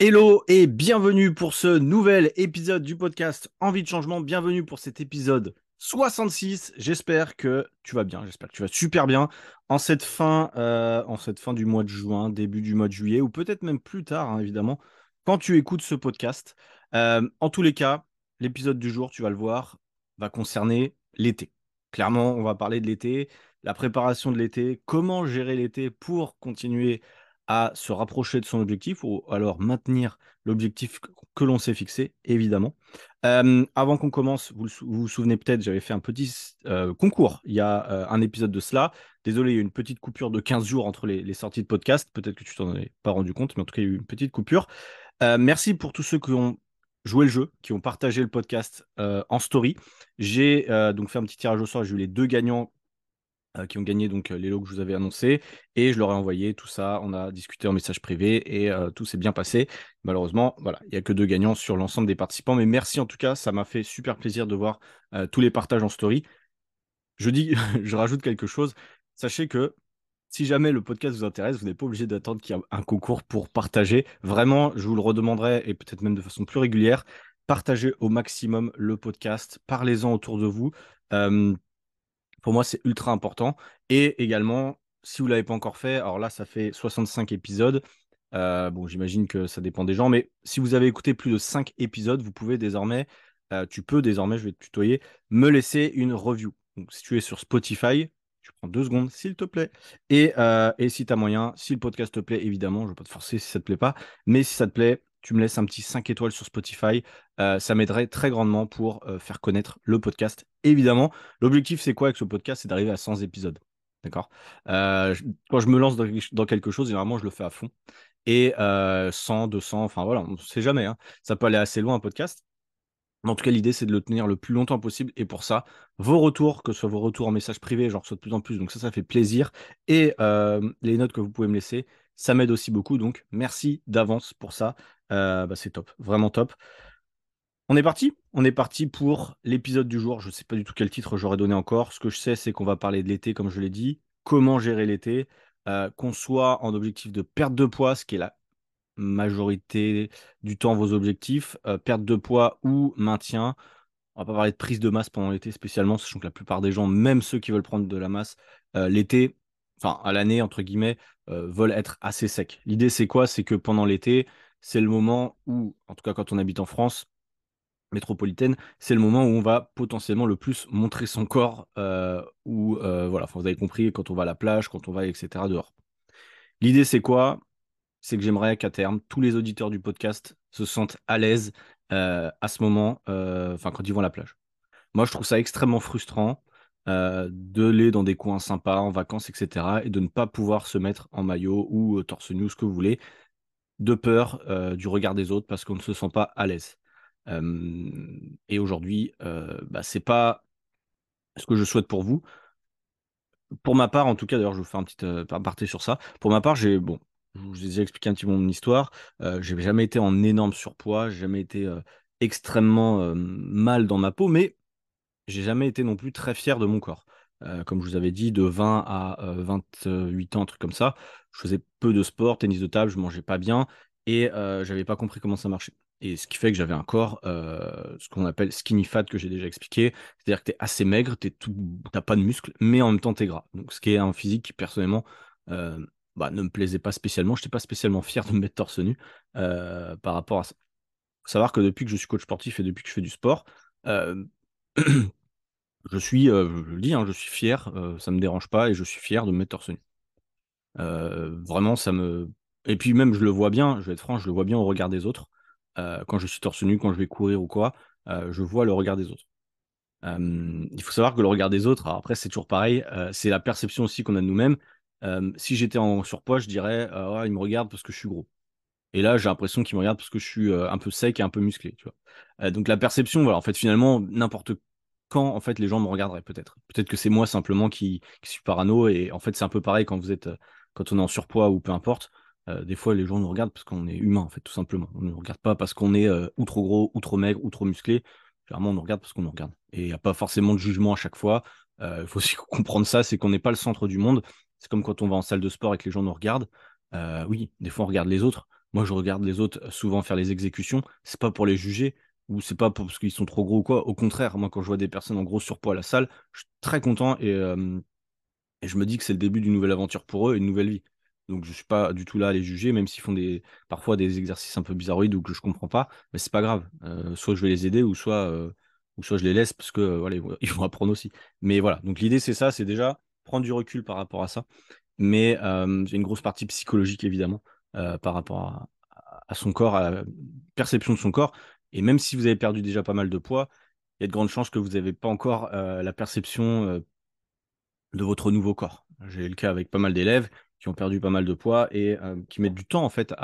Hello et bienvenue pour ce nouvel épisode du podcast Envie de changement. Bienvenue pour cet épisode 66. J'espère que tu vas bien, j'espère que tu vas super bien en cette fin du mois de juin, début du mois de juillet ou peut-être même plus tard, hein, évidemment, quand tu écoutes ce podcast. En tous les cas, l'épisode du jour, tu vas le voir, va concerner l'été. Clairement, on va parler de l'été, la préparation de l'été, comment gérer l'été pour continuer à se rapprocher de son objectif ou alors maintenir l'objectif que l'on s'est fixé, évidemment. Avant qu'on commence, vous vous souvenez peut-être, j'avais fait un petit concours il y a un épisode de cela. Désolé, il y a eu une petite coupure de 15 jours entre les sorties de podcast. Peut-être que tu t'en es pas rendu compte, mais en tout cas, il y a eu une petite coupure. Merci pour tous ceux qui ont joué le jeu, qui ont partagé le podcast en story. J'ai donc fait un petit tirage au sort. J'ai eu les deux gagnants qui ont gagné donc les lots que je vous avais annoncés et je leur ai envoyé tout ça. On a discuté en message privé et tout s'est bien passé. Malheureusement, voilà, il n'y a que deux gagnants sur l'ensemble des participants. Mais merci en tout cas, ça m'a fait super plaisir de voir tous les partages en story. Je dis, je rajoute quelque chose. Sachez que si jamais le podcast vous intéresse, vous n'êtes pas obligé d'attendre qu'il y ait un concours pour partager. Vraiment, je vous le redemanderai et peut-être même de façon plus régulière. Partagez au maximum le podcast, parlez-en autour de vous. Euh, pour moi, c'est ultra important. Et également, si vous ne l'avez pas encore fait, alors là, ça fait 65 épisodes. Bon, j'imagine que ça dépend des gens, mais si vous avez écouté plus de 5 épisodes, vous pouvez désormais, tu peux désormais, je vais te tutoyer, me laisser une review. Donc, si tu es sur Spotify, tu prends 2 secondes, s'il te plaît. Et si tu as moyen, si le podcast te plaît, évidemment, je ne vais pas te forcer si ça ne te plaît pas, mais si ça te plaît, tu me laisses un petit 5 étoiles sur Spotify. Ça m'aiderait très grandement pour faire connaître le podcast, évidemment. L'objectif, c'est quoi avec ce podcast? C'est d'arriver à 100 épisodes. D'accord? Quand je me lance dans quelque chose, généralement, je le fais à fond. Et 100, 200, enfin voilà, on ne sait jamais, hein. Ça peut aller assez loin un podcast. Mais en tout cas, l'idée, c'est de le tenir le plus longtemps possible. Et pour ça, vos retours, que ce soit vos retours en message privé, j'en reçois de plus en plus. Donc ça fait plaisir. Et les notes que vous pouvez me laisser, ça m'aide aussi beaucoup. Donc merci d'avance pour ça. C'est top, vraiment top. On est parti? On est parti pour l'épisode du jour. Je ne sais pas du tout quel titre j'aurais donné encore. Ce que je sais, c'est qu'on va parler de l'été, comme je l'ai dit. Comment gérer l'été? Qu'on soit en objectif de perte de poids, ce qui est la majorité du temps vos objectifs, perte de poids ou maintien. On va pas parler de prise de masse pendant l'été spécialement, sachant que la plupart des gens, même ceux qui veulent prendre de la masse, l'été, enfin à l'année, entre guillemets, veulent être assez secs. L'idée, c'est quoi? C'est que pendant l'été, c'est le moment où, en tout cas quand on habite en France, métropolitaine, c'est le moment où on va potentiellement le plus montrer son corps, ou voilà, enfin, vous avez compris, quand on va à la plage, quand on va, etc., dehors. L'idée, c'est quoi? C'est que j'aimerais qu'à terme, tous les auditeurs du podcast se sentent à l'aise à ce moment, enfin, quand ils vont à la plage. Moi, je trouve ça extrêmement frustrant d'aller dans des coins sympas, en vacances, etc., et de ne pas pouvoir se mettre en maillot ou torse nu, ce que vous voulez, de peur du regard des autres parce qu'on ne se sent pas à l'aise. Et aujourd'hui, c'est pas ce que je souhaite pour vous. Pour ma part, en tout cas, d'ailleurs, je vous fais un petit aparté sur ça. Pour ma part, bon, je vous ai déjà expliqué un petit peu mon histoire. J'ai jamais été en énorme surpoids, j'ai jamais été extrêmement mal dans ma peau, mais j'ai jamais été non plus très fier de mon corps. Comme je vous avais dit, de 20 à 28 ans, un truc comme ça, je faisais peu de sport, tennis de table, je mangeais pas bien et j'avais pas compris comment ça marchait. Et ce qui fait que j'avais un corps, ce qu'on appelle skinny fat, que j'ai déjà expliqué. C'est-à-dire que tu es assez maigre, t'as pas de muscles, mais en même temps tu es gras. Donc ce qui est un physique qui personnellement euh, ne me plaisait pas spécialement. Je n'étais pas spécialement fier de me mettre torse nu par rapport à ça. Faut savoir que depuis que je suis coach sportif et depuis que je fais du sport, euh, je le dis, hein, je suis fier, ça me dérange pas et je suis fier de me mettre torse nu. Vraiment, ça me. Et puis même, je le vois bien, je vais être franc, je le vois bien au regard des autres. Quand je suis torse nu, quand je vais courir ou quoi, je vois le regard des autres. Il faut savoir que le regard des autres, alors après, c'est toujours pareil, c'est la perception aussi qu'on a de nous-mêmes. Si j'étais en surpoids, je dirais, ouais, il me regarde parce que je suis gros. Et là, j'ai l'impression qu'il me regarde parce que je suis un peu sec et un peu musclé, tu vois. Donc la perception, voilà, en fait, finalement, n'importe quand, en fait, les gens me regarderaient peut-être. Peut-être que c'est moi simplement qui suis parano. Et en fait, c'est un peu pareil quand quand on est en surpoids ou peu importe. Des fois, les gens nous regardent parce qu'on est humain, en fait, tout simplement. On ne nous regarde pas parce qu'on est ou trop gros, ou trop maigre, ou trop musclé. Généralement, on nous regarde parce qu'on nous regarde. Et il n'y a pas forcément de jugement à chaque fois. Il faut aussi comprendre ça, c'est qu'on n'est pas le centre du monde. C'est comme quand on va en salle de sport et que les gens nous regardent. Oui, des fois, on regarde les autres. Moi, je regarde les autres souvent faire les exécutions. C'est pas pour les juger ou c'est pas parce qu'ils sont trop gros ou quoi. Au contraire, moi, quand je vois des personnes en gros surpoids à la salle, je suis très content et je me dis que c'est le début d'une nouvelle aventure pour eux et une nouvelle vie. Donc, je suis pas du tout là à les juger, même s'ils font parfois des exercices un peu bizarroïdes ou que je comprends pas. Mais c'est pas grave. Soit je vais les aider ou soit je les laisse parce que voilà, ils vont apprendre aussi. Mais voilà. Donc, l'idée, c'est ça, c'est déjà prendre du recul par rapport à ça. Mais j'ai une grosse partie psychologique, évidemment, par rapport à son corps, à la perception de son corps. Et même si vous avez perdu déjà pas mal de poids, il y a de grandes chances que vous n'avez pas encore la perception de votre nouveau corps. J'ai eu le cas avec pas mal d'élèves qui ont perdu pas mal de poids et qui mettent du temps, en fait,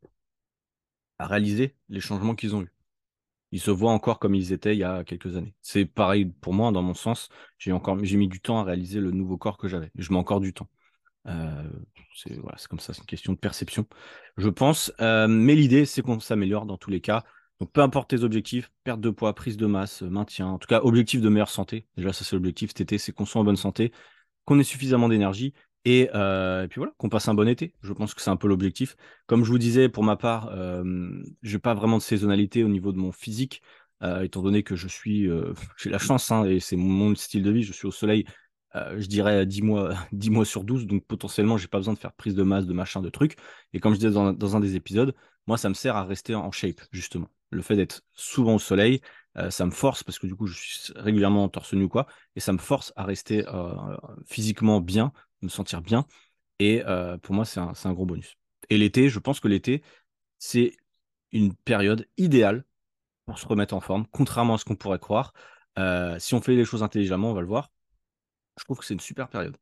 à réaliser les changements qu'ils ont eus. Ils se voient encore comme ils étaient il y a quelques années. C'est pareil pour moi, dans mon sens. J'ai mis du temps à réaliser le nouveau corps que j'avais. Je mets encore du temps. Euh, voilà, c'est comme ça, c'est une question de perception, je pense. Mais l'idée, c'est qu'on s'améliore dans tous les cas. Donc, peu importe tes objectifs, perte de poids, prise de masse, maintien, en tout cas, objectif de meilleure santé. Déjà, ça, c'est l'objectif cet été, c'est qu'on soit en bonne santé, qu'on ait suffisamment d'énergie et puis voilà, qu'on passe un bon été. Je pense que c'est un peu l'objectif. Comme je vous disais, pour ma part, je n'ai pas vraiment de saisonnalité au niveau de mon physique, étant donné que j'ai la chance, hein, et c'est mon style de vie, je suis au soleil, je dirais 10 mois, 10 mois sur 12, donc potentiellement, j'ai pas besoin de faire prise de masse, de machin, de trucs. Et comme je disais dans un des épisodes, moi, ça me sert à rester en shape, justement. Le fait d'être souvent au soleil, ça me force, parce que du coup, je suis régulièrement en torse nu ou quoi, et ça me force à rester physiquement bien, me sentir bien. Et pour moi, c'est un gros bonus. Et l'été, je pense que l'été, c'est une période idéale pour se remettre en forme, contrairement à ce qu'on pourrait croire. Si on fait les choses intelligemment, on va le voir. Je trouve que c'est une super période.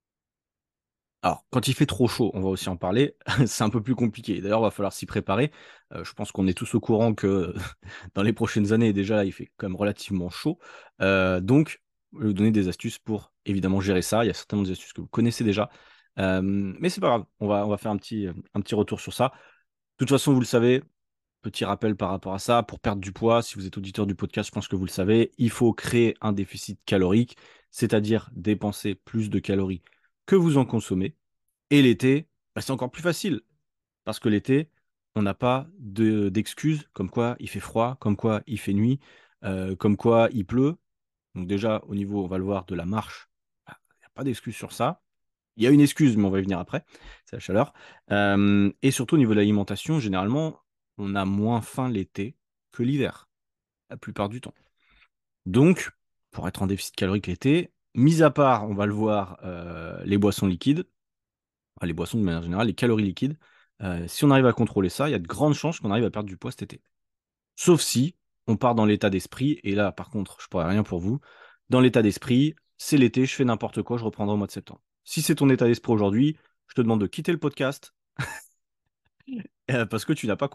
Alors, quand il fait trop chaud, on va aussi en parler, c'est un peu plus compliqué. D'ailleurs, il va falloir s'y préparer. Je pense qu'on est tous au courant que dans les prochaines années, déjà, il fait quand même relativement chaud. Donc, je vais vous donner des astuces pour évidemment gérer ça. Il y a certainement des astuces que vous connaissez déjà. Mais c'est pas grave, on va faire un petit retour sur ça. De toute façon, vous le savez, petit rappel par rapport à ça, pour perdre du poids, si vous êtes auditeur du podcast, je pense que vous le savez, il faut créer un déficit calorique, c'est-à-dire dépenser plus de calories que vous en consommez. Et l'été, bah, c'est encore plus facile, parce que l'été, on n'a pas d'excuses, comme quoi il fait froid, comme quoi il fait nuit, comme quoi il pleut. Donc déjà, au niveau, on va le voir, de la marche, bah, il n'y a pas d'excuse sur ça. Il y a une excuse, mais on va y venir après, c'est la chaleur. Et surtout au niveau de l'alimentation, généralement, on a moins faim l'été que l'hiver, la plupart du temps. Donc, pour être en déficit calorique l'été, mis à part, on va le voir, les boissons liquides, enfin, les boissons de manière générale, les calories liquides, si on arrive à contrôler ça, il y a de grandes chances qu'on arrive à perdre du poids cet été. Sauf si on part dans l'état d'esprit, et là, par contre, je pourrais rien pour vous. Dans l'état d'esprit, c'est l'été, je fais n'importe quoi, je reprendrai au mois de septembre. Si c'est ton état d'esprit aujourd'hui, je te demande de quitter le podcast parce que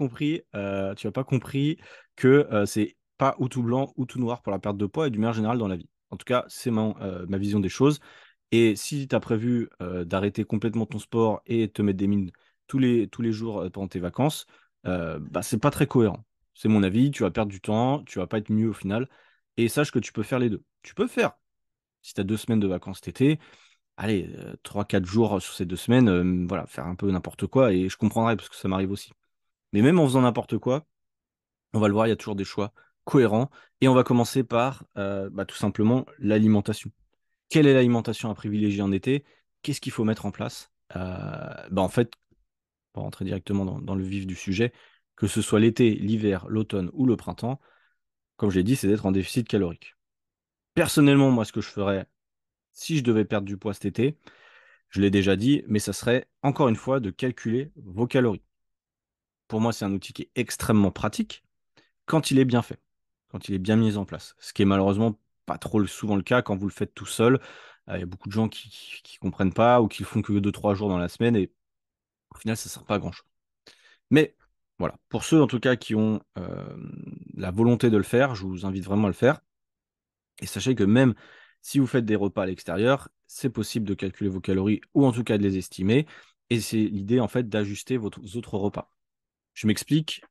tu n'as pas compris que c'est pas ou tout blanc ou tout noir pour la perte de poids et du manière générale dans la vie. En tout cas, c'est ma vision des choses. Et si tu as prévu d'arrêter complètement ton sport et te mettre des mines tous les jours pendant tes vacances, bah, c'est pas très cohérent. C'est mon avis, tu vas perdre du temps, tu vas pas être mieux au final. Et sache que tu peux faire les deux. Tu peux faire, si tu as 2 semaines de vacances cet été, allez, 3-4 jours sur ces 2 semaines, voilà, faire un peu n'importe quoi et je comprendrai parce que ça m'arrive aussi. Mais même en faisant n'importe quoi, on va le voir, il y a toujours des choix cohérents. Et on va commencer par bah, tout simplement l'alimentation. Quelle est l'alimentation à privilégier en été? Qu'est-ce qu'il faut mettre en place? Bah en fait, pour rentrer directement dans le vif du sujet, que ce soit l'été, l'hiver, l'automne ou le printemps, comme je l'ai dit, c'est d'être en déficit calorique. Personnellement, moi, ce que je ferais si je devais perdre du poids cet été, je l'ai déjà dit, mais ça serait encore une fois de calculer vos calories. Pour moi, c'est un outil qui est extrêmement pratique quand il est bien fait, quand il est bien mis en place. Ce qui est malheureusement pas trop souvent le cas quand vous le faites tout seul. Il y a beaucoup de gens qui comprennent pas ou qui le font que 2-3 jours dans la semaine et au final, ça ne sert pas à grand-chose. Mais voilà, pour ceux en tout cas qui ont la volonté de le faire, je vous invite vraiment à le faire. Et sachez que même si vous faites des repas à l'extérieur, c'est possible de calculer vos calories ou en tout cas de les estimer. Et c'est l'idée en fait d'ajuster vos autres repas. Je m'explique.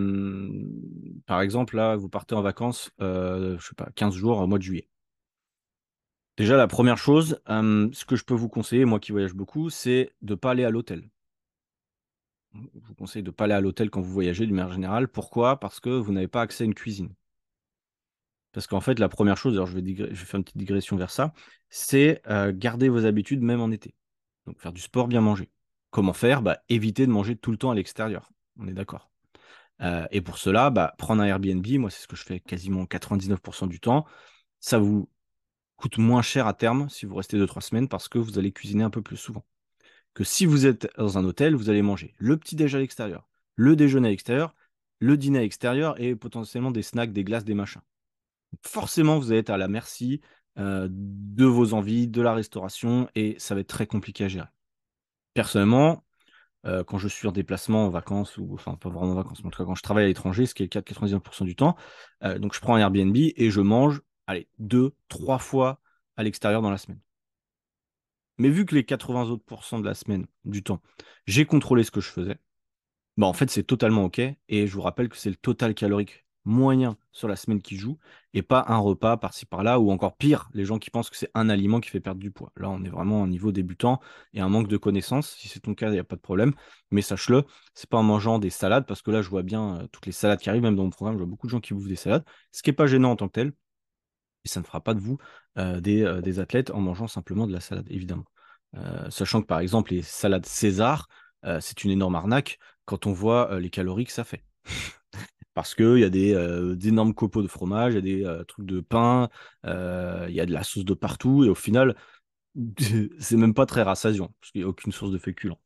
Par exemple, là, vous partez en vacances, je sais pas, 15 jours au mois de juillet. Déjà, la première chose, ce que je peux vous conseiller, moi qui voyage beaucoup, c'est de ne pas aller à l'hôtel. Je vous conseille de ne pas aller à l'hôtel quand vous voyagez, d'une manière générale. Pourquoi? Parce que vous n'avez pas accès à une cuisine. Parce qu'en fait, la première chose, alors je vais faire une petite digression vers ça, c'est garder vos habitudes même en été. Donc faire du sport, bien manger. Comment faire? Bah, éviter de manger tout le temps à l'extérieur. On est d'accord. Et pour cela, bah, prendre un Airbnb, moi c'est ce que je fais quasiment 99% du temps. Ça vous coûte moins cher à terme si vous restez 2 3 semaines parce que vous allez cuisiner un peu plus souvent. Que si vous êtes dans un hôtel, vous allez manger le petit-déj à l'extérieur, le déjeuner à l'extérieur, le dîner à l'extérieur et potentiellement des snacks, des glaces, des machins. Forcément, vous allez être à la merci de vos envies, de la restauration et ça va être très compliqué à gérer. Personnellement, quand je suis en déplacement, en vacances, ou enfin pas vraiment en vacances, mais en tout cas quand je travaille à l'étranger, ce qui est le cas de 99% du temps, donc je prends un Airbnb et je mange, allez, 2 3 fois à l'extérieur dans la semaine. Mais vu que les 80 autres pourcents de la semaine, du temps, j'ai contrôlé ce que je faisais, bah en fait c'est totalement OK. Et je vous rappelle que c'est le total calorique moyen sur la semaine qui joue et pas un repas par-ci par-là ou encore pire, les gens qui pensent que c'est un aliment qui fait perdre du poids. Là, on est vraiment à un niveau débutant et un manque de connaissances. Si c'est ton cas, il n'y a pas de problème. Mais sache-le, c'est pas en mangeant des salades parce que là, je vois bien toutes les salades qui arrivent, même dans mon programme, je vois beaucoup de gens qui bouffent des salades, ce qui n'est pas gênant en tant que tel. Et ça ne fera pas de vous des athlètes en mangeant simplement de la salade, évidemment. Sachant que par exemple, les salades César, c'est une énorme arnaque quand on voit les calories que ça fait. Parce qu'il y a d'énormes copeaux de fromage, il y a des trucs de pain, il y a de la sauce de partout, et au final, c'est même pas très rassasiant, parce qu'il n'y a aucune source de féculents.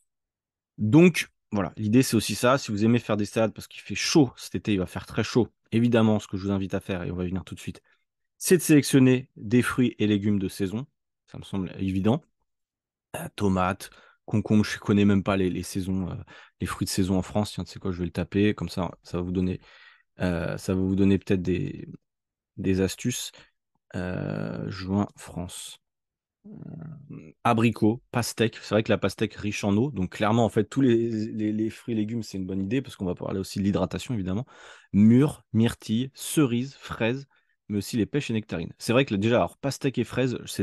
Donc, voilà, l'idée c'est aussi ça. Si vous aimez faire des salades parce qu'il fait chaud cet été, il va faire très chaud. Évidemment, ce que je vous invite à faire, et on va y venir tout de suite, c'est de sélectionner des fruits et légumes de saison. Ça me semble évident. Tomates, concombres, je connais même pas les saisons, les fruits de saison en France. Tiens, tu sais quoi, je vais le taper. Comme ça va vous donner, peut-être des astuces. Juin, France. Abricot, pastèque. C'est vrai que la pastèque riche en eau. Donc clairement, en fait, tous les fruits et légumes, c'est une bonne idée parce qu'on va parler aussi de l'hydratation, évidemment. Mûres, myrtilles, cerises, fraises, mais aussi les pêches et nectarines. C'est vrai que déjà, alors, pastèque et fraises, c'est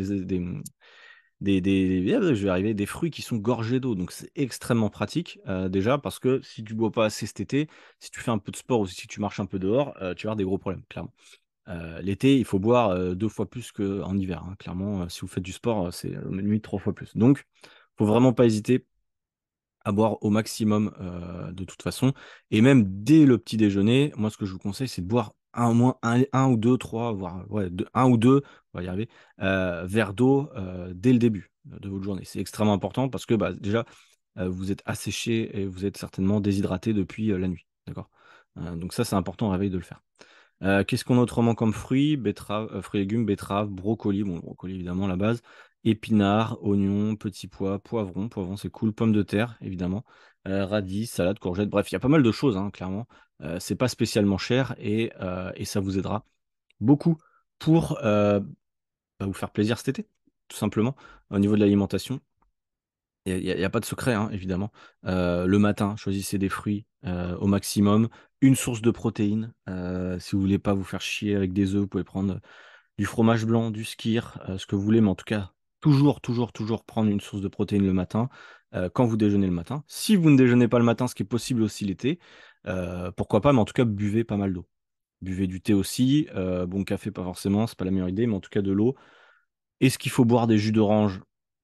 je vais arriver, des fruits qui sont gorgés d'eau. Donc c'est extrêmement pratique déjà parce que si tu bois pas assez cet été, si tu fais un peu de sport ou si tu marches un peu dehors, tu vas avoir des gros problèmes, clairement. L'été, il faut boire 2 fois plus qu'en hiver, hein. Clairement, si vous faites du sport, c'est limite 3 fois plus. Donc, faut vraiment pas hésiter à boire au maximum de toute façon. Et même dès le petit déjeuner, moi, ce que je vous conseille, c'est de boire au moins un ou deux, trois, voire ouais, un ou deux, on va y arriver, verres d'eau dès le début de votre journée. C'est extrêmement important parce que bah, déjà, vous êtes asséché et vous êtes certainement déshydraté depuis la nuit. D'accord? Donc ça, c'est important au réveil de le faire. Qu'est-ce qu'on a autrement comme fruits? Betterave, fruits et légumes, betterave, brocoli, bon, le brocoli évidemment, la base, épinards, oignons, petits pois, poivrons c'est cool, pommes de terre, évidemment, radis, salade, courgettes, bref, il y a pas mal de choses, hein, clairement. C'est pas spécialement cher et ça vous aidera beaucoup pour bah, vous faire plaisir cet été, tout simplement, au niveau de l'alimentation. Il y a pas de secret, hein, évidemment. Le matin, choisissez des fruits au maximum. Une source de protéines. Si vous voulez pas vous faire chier avec des œufs, vous pouvez prendre du fromage blanc, du skyr, ce que vous voulez, mais en tout cas, toujours, toujours, toujours prendre une source de protéines le matin, quand vous déjeunez le matin. Si vous ne déjeunez pas le matin, ce qui est possible aussi l'été, pourquoi pas, mais en tout cas, buvez pas mal d'eau. Buvez du thé aussi. Bon, café, pas forcément, c'est pas la meilleure idée, mais en tout cas de l'eau. Est-ce qu'il faut boire des jus d'orange?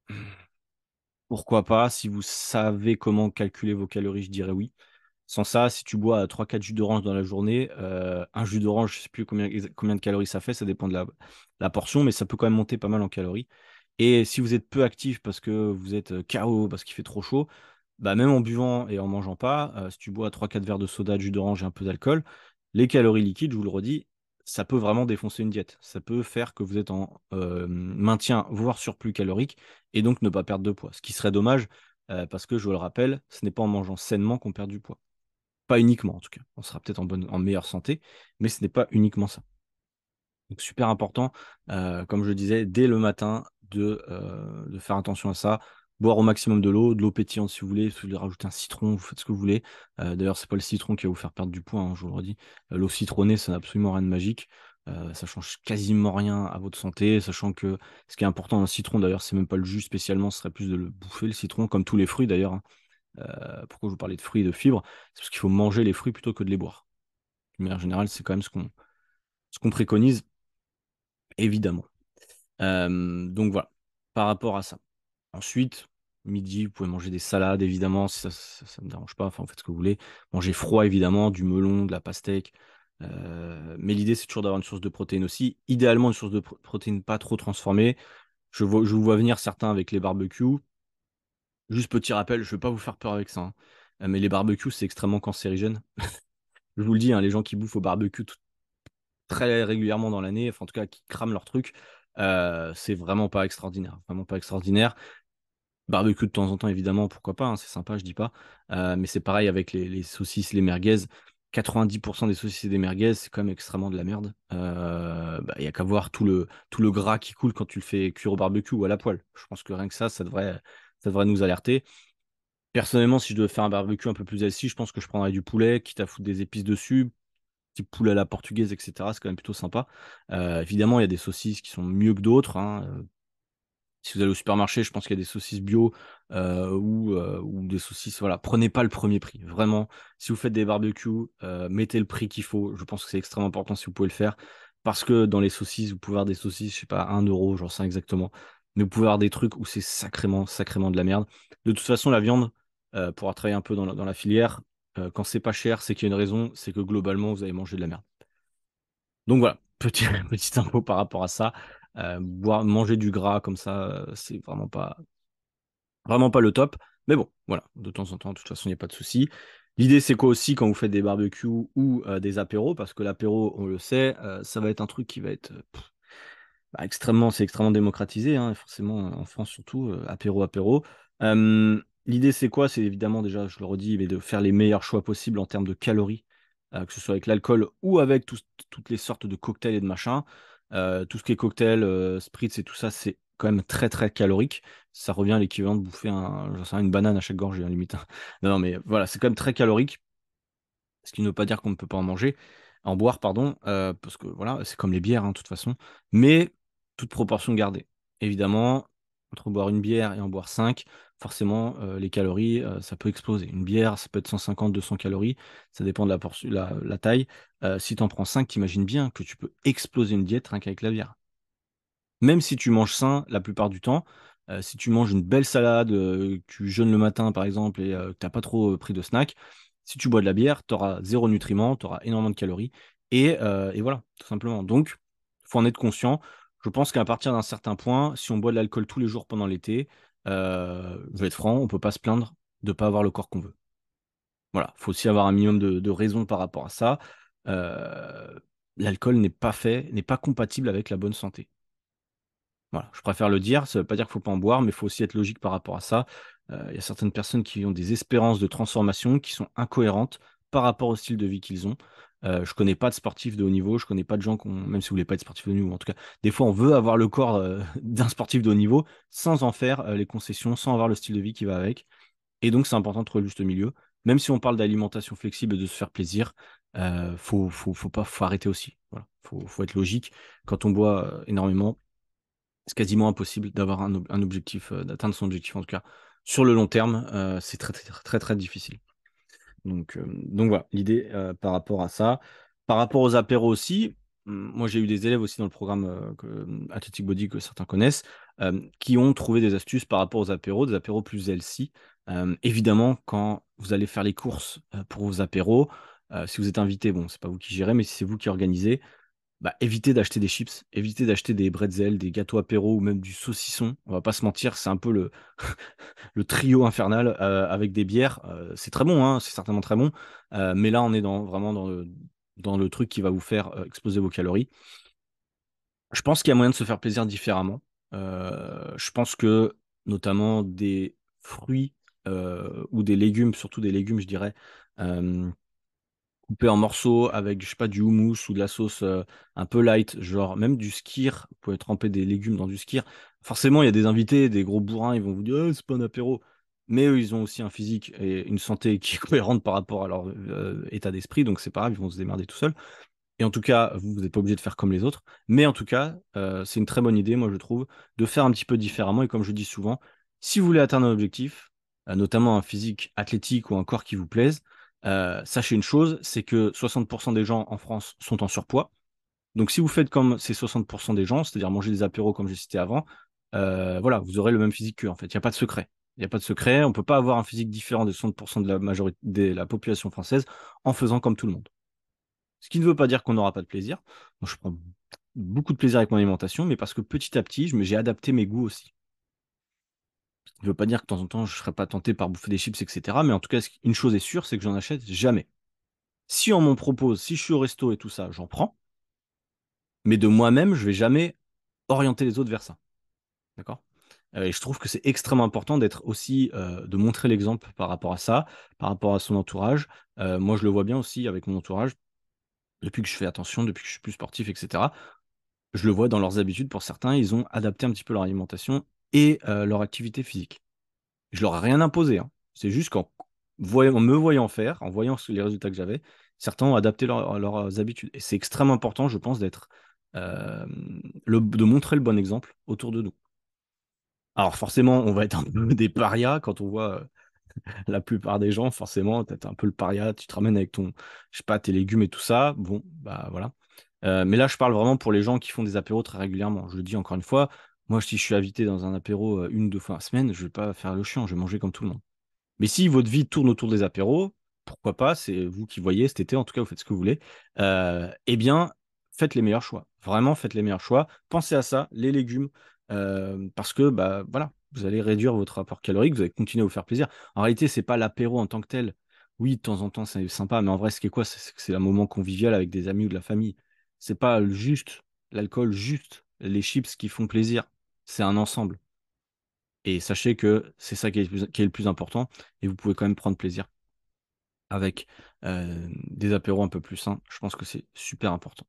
Pourquoi pas? Si vous savez comment calculer vos calories, je dirais oui. Sans ça, si tu bois 3 4 jus d'orange dans la journée, un jus d'orange, je ne sais plus combien de calories ça fait, ça dépend de la portion, mais ça peut quand même monter pas mal en calories. Et si vous êtes peu actif parce que vous êtes KO, parce qu'il fait trop chaud, bah même en buvant et en mangeant pas, si tu bois 3 4 verres de soda, de jus d'orange et un peu d'alcool, les calories liquides, je vous le redis, ça peut vraiment défoncer une diète. Ça peut faire que vous êtes en maintien, voire surplus calorique, et donc ne pas perdre de poids. Ce qui serait dommage, parce que je vous le rappelle, ce n'est pas en mangeant sainement qu'on perd du poids. Pas uniquement en tout cas. On sera peut-être en meilleure santé, mais ce n'est pas uniquement ça. Donc super important, comme je disais, dès le matin, de faire attention à ça. Boire au maximum de l'eau pétillante si vous voulez. Si vous voulez rajouter un citron, vous faites ce que vous voulez. D'ailleurs, c'est pas le citron qui va vous faire perdre du poids, hein, je vous le redis. L'eau citronnée, ça n'a absolument rien de magique. Ça change quasiment rien à votre santé, sachant que ce qui est important dans le citron, d'ailleurs, c'est même pas le jus spécialement, ce serait plus de le bouffer, le citron, comme tous les fruits d'ailleurs, hein. Pourquoi je vous parlais de fruits et de fibres? C'est parce qu'il faut manger les fruits plutôt que de les boire. Mais en général, c'est quand même ce qu'on préconise, évidemment. Donc voilà, par rapport à ça. Ensuite, midi, vous pouvez manger des salades, évidemment, si ça me dérange pas. Enfin, vous faites ce que vous voulez. Manger froid, évidemment, du melon, de la pastèque. Mais l'idée, c'est toujours d'avoir une source de protéines aussi. Idéalement, une source de protéines pas trop transformée. Je vous vois venir certains avec les barbecues. Juste petit rappel, je ne veux pas vous faire peur avec ça, hein. Mais les barbecues, c'est extrêmement cancérigène. Je vous le dis, hein, les gens qui bouffent au barbecue très régulièrement dans l'année, enfin, en tout cas qui crament leur truc, c'est vraiment pas extraordinaire. Vraiment pas extraordinaire. Barbecue de temps en temps, évidemment, pourquoi pas, hein, c'est sympa, je dis pas. Mais c'est pareil avec les saucisses, les merguez. 90% des saucisses et des merguez, c'est quand même extrêmement de la merde. Il y a qu'à voir tout le gras qui coule quand tu le fais cuire au barbecue ou à la poêle. Je pense que rien que ça devrait nous alerter. Personnellement, si je devais faire un barbecue un peu plus healthy, je pense que je prendrais du poulet, quitte à foutre des épices dessus, type poulet à la portugaise, etc. C'est quand même plutôt sympa. Évidemment, il y a des saucisses qui sont mieux que d'autres, hein. Si vous allez au supermarché, je pense qu'il y a des saucisses bio ou des saucisses. Voilà, prenez pas le premier prix. Vraiment, si vous faites des barbecues, mettez le prix qu'il faut. Je pense que c'est extrêmement important si vous pouvez le faire. Parce que dans les saucisses, vous pouvez avoir des saucisses, je sais pas, 1 euro, j'en sais rien exactement. Mais vous pouvez avoir des trucs où c'est sacrément, sacrément de la merde. De toute façon, la viande, pour avoir travaillé un peu dans la filière, quand c'est pas cher, c'est qu'il y a une raison, c'est que globalement, vous avez mangé de la merde. Donc voilà, petite info par rapport à ça. Manger du gras comme ça, c'est vraiment pas le top. Mais bon, voilà, de temps en temps, de toute façon, il n'y a pas de souci. L'idée, c'est quoi aussi quand vous faites des barbecues ou des apéros, parce que l'apéro, on le sait, ça va être un truc qui va être c'est extrêmement démocratisé, hein, forcément en France surtout, apéro. L'idée c'est quoi? C'est évidemment déjà, je le redis, mais de faire les meilleurs choix possibles en termes de calories, que ce soit avec l'alcool ou avec toutes les sortes de cocktails et de machins. Tout ce qui est cocktail, spritz et tout ça, c'est quand même très très calorique. Ça revient à l'équivalent de bouffer j'en sais rien, une banane à chaque gorgée, hein, limite, hein. Non, non, mais voilà, c'est quand même très calorique. Ce qui ne veut pas dire qu'on ne peut pas en manger, en boire, pardon, parce que voilà, c'est comme les bières, hein, de toute façon, mais toute proportion gardée. Évidemment, entre boire une bière et en boire 5, forcément, les calories, ça peut exploser. Une bière, ça peut être 150, 200 calories, ça dépend de la taille. Si tu en prends 5, t'imagines bien que tu peux exploser une diète rien qu'avec la bière. Même si tu manges sain la plupart du temps, si tu manges une belle salade, que tu jeûnes le matin par exemple et que tu n'as pas trop pris de snack, si tu bois de la bière, tu auras zéro nutriment, tu auras énormément de calories. Et voilà, tout simplement. Donc, il faut en être conscient. Je pense qu'à partir d'un certain point, si on boit de l'alcool tous les jours pendant l'été, je vais être franc, on ne peut pas se plaindre de ne pas avoir le corps qu'on veut. Voilà, il faut aussi avoir un minimum de raison par rapport à ça. Euh, L'alcool n'est pas compatible avec la bonne santé. Voilà, je préfère le dire, ça ne veut pas dire qu'il ne faut pas en boire, mais il faut aussi être logique par rapport à ça. Il y a certaines personnes qui ont des espérances de transformation qui sont incohérentes par rapport au style de vie qu'ils ont. Je ne connais pas de sportifs de haut niveau, je ne connais pas de gens même si vous voulez pas être sportif de haut niveau, en tout cas, des fois on veut avoir le corps d'un sportif de haut niveau sans en faire les concessions, sans avoir le style de vie qui va avec. Et donc c'est important de trouver le juste milieu. Même si on parle d'alimentation flexible et de se faire plaisir, faut arrêter aussi. Voilà, faut être logique. Quand on boit énormément, c'est quasiment impossible d'avoir un objectif, d'atteindre son objectif en tout cas. Sur le long terme, c'est très, très, très, très difficile. Donc voilà, l'idée par rapport à ça. Par rapport aux apéros aussi, moi j'ai eu des élèves aussi dans le programme Athletic Body que certains connaissent, qui ont trouvé des astuces par rapport aux apéros, des apéros plus healthy. Évidemment, quand vous allez faire les courses pour vos apéros, si vous êtes invité, bon, c'est pas vous qui gérez, mais si c'est vous qui organisez, évitez d'acheter des chips, évitez d'acheter des bretzels, des gâteaux apéro ou même du saucisson. On va pas se mentir, c'est un peu le trio infernal avec des bières. C'est très bon, hein, c'est certainement très bon. Mais là, on est vraiment dans le truc qui va vous faire exploser vos calories. Je pense qu'il y a moyen de se faire plaisir différemment. Je pense que notamment des fruits ou des légumes, surtout des légumes, je dirais, euh, coupé en morceaux avec, je sais pas, du houmous ou de la sauce un peu light, genre même du skyr. Vous pouvez tremper des légumes dans du skyr. Forcément, il y a des invités, des gros bourrins, ils vont vous dire ah, c'est pas un apéro. Mais eux, ils ont aussi un physique et une santé qui est cohérente par rapport à leur état d'esprit, donc c'est pas grave, ils vont se démerder tout seuls. Et en tout cas, vous n'êtes pas obligé de faire comme les autres. Mais en tout cas, c'est une très bonne idée, moi je trouve, de faire un petit peu différemment. Et comme je dis souvent, si vous voulez atteindre un objectif, notamment un physique athlétique ou un corps qui vous plaise, sachez une chose, c'est que 60% des gens en France sont en surpoids. Donc si vous faites comme ces 60% des gens, c'est-à-dire manger des apéros comme j'ai cité avant, voilà, vous aurez le même physique qu'eux en fait. Il n'y a pas de secret. Il n'y a pas de secret. On ne peut pas avoir un physique différent de 60% de la majorité de la population française en faisant comme tout le monde. Ce qui ne veut pas dire qu'on n'aura pas de plaisir. Moi, je prends beaucoup de plaisir avec mon alimentation, mais parce que petit à petit, j'ai adapté mes goûts aussi. Ça ne veut pas dire que de temps en temps, je ne serais pas tenté par bouffer des chips, etc. Mais en tout cas, une chose est sûre, c'est que j'en achète jamais. Si on m'en propose, si je suis au resto et tout ça, j'en prends. Mais de moi-même, je vais jamais orienter les autres vers ça. D'accord? Et je trouve que c'est extrêmement important d'être aussi, de montrer l'exemple par rapport à ça, par rapport à son entourage. Moi, je le vois bien aussi avec mon entourage, depuis que je fais attention, depuis que je suis plus sportif, etc. Je le vois dans leurs habitudes. Pour certains, ils ont adapté un petit peu leur alimentation et leur activité physique. Je leur ai rien imposé, hein. C'est juste en me voyant faire, en voyant les résultats que j'avais, certains ont adapté leurs habitudes. Et c'est extrêmement important, je pense, euh, de montrer le bon exemple autour de nous. Alors forcément, on va être un peu des parias quand on voit la plupart des gens, forcément, t'es un peu le paria, tu te ramènes avec ton, je sais pas, tes légumes et tout ça. Bon, bah voilà. Mais là, je parle vraiment pour les gens qui font des apéros très régulièrement. Je le dis encore une fois, moi, si je suis invité dans un apéro une ou deux fois la semaine, je vais pas faire le chiant, je vais manger comme tout le monde. Mais si votre vie tourne autour des apéros, pourquoi pas, c'est vous qui voyez cet été, en tout cas, vous faites ce que vous voulez, eh bien, faites les meilleurs choix. Vraiment, faites les meilleurs choix. Pensez à ça, les légumes, parce que, bah, voilà, vous allez réduire votre rapport calorique, vous allez continuer à vous faire plaisir. En réalité, c'est pas l'apéro en tant que tel. Oui, de temps en temps, c'est sympa, mais en vrai, ce qui est quoi? C'est que c'est un moment convivial avec des amis ou de la famille. C'est pas juste l'alcool, juste les chips qui font plaisir. C'est un ensemble. Et sachez que c'est ça qui est le plus important. Et vous pouvez quand même prendre plaisir avec des apéros un peu plus sains. Je pense que c'est super important.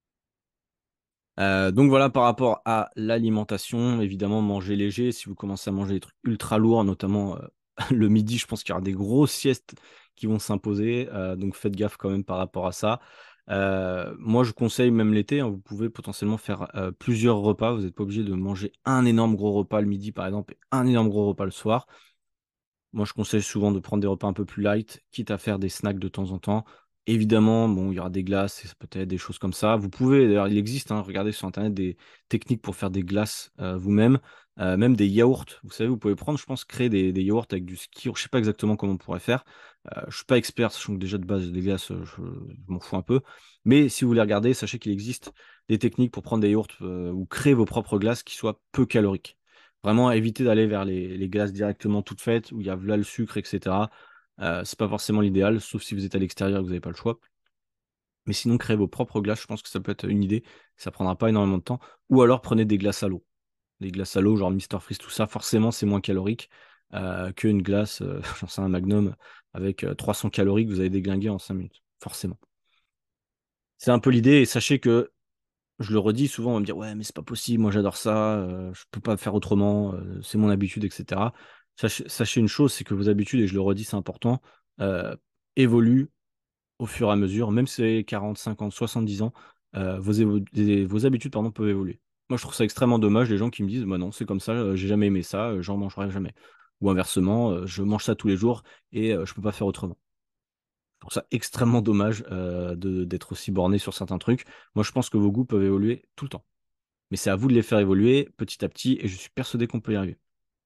Donc voilà, par rapport à l'alimentation, évidemment, manger léger. Si vous commencez à manger des trucs ultra lourds, notamment le midi, je pense qu'il y aura des grosses siestes qui vont s'imposer. Donc faites gaffe quand même par rapport à ça. Moi, je conseille même l'été, hein, vous pouvez potentiellement faire plusieurs repas. Vous n'êtes pas obligé de manger un énorme gros repas le midi, par exemple, et un énorme gros repas le soir. Moi, je conseille souvent de prendre des repas un peu plus light, quitte à faire des snacks de temps en temps. Évidemment, bon, il y aura des glaces, et peut-être des choses comme ça. Vous pouvez, d'ailleurs, il existe, hein, regardez sur Internet des techniques pour faire des glaces vous-même, même des yaourts. Vous savez, vous pouvez prendre, je pense, créer des yaourts avec du skyr. Je sais pas exactement comment on pourrait faire. Je suis pas expert, sachant que déjà de base, des glaces, je m'en fous un peu. Mais si vous voulez regarder, sachez qu'il existe des techniques pour prendre des yaourts ou créer vos propres glaces qui soient peu caloriques. Vraiment, éviter d'aller vers les glaces directement toutes faites, où il y a là le sucre, etc. C'est pas forcément l'idéal, sauf si vous êtes à l'extérieur et que vous n'avez pas le choix. Mais sinon, créer vos propres glaces, je pense que ça peut être une idée. Ça prendra pas énormément de temps. Ou alors, prenez des glaces à l'eau. Des glaces à l'eau, genre Mister Freeze, tout ça, forcément, c'est moins calorique qu'une glace, j'en sais un Magnum, avec 300 calories que vous avez déglingué en 5 minutes. Forcément. C'est un peu l'idée, et sachez que je le redis souvent, on va me dire, ouais, mais c'est pas possible, moi j'adore ça, je peux pas faire autrement, c'est mon habitude, etc. Sachez une chose, c'est que vos habitudes, et je le redis, c'est important, euh, évoluent au fur et à mesure, même si vous avez 40, 50, 70 ans, vos habitudes, pardon, peuvent évoluer. Moi, je trouve ça extrêmement dommage, les gens qui me disent, bah non, c'est comme ça, j'ai jamais aimé ça, j'en mangerai jamais. Ou inversement, je mange ça tous les jours et je peux pas faire autrement. Je trouve ça extrêmement dommage d'être aussi borné sur certains trucs. Moi, je pense que vos goûts peuvent évoluer tout le temps. Mais c'est à vous de les faire évoluer petit à petit et je suis persuadé qu'on peut y arriver.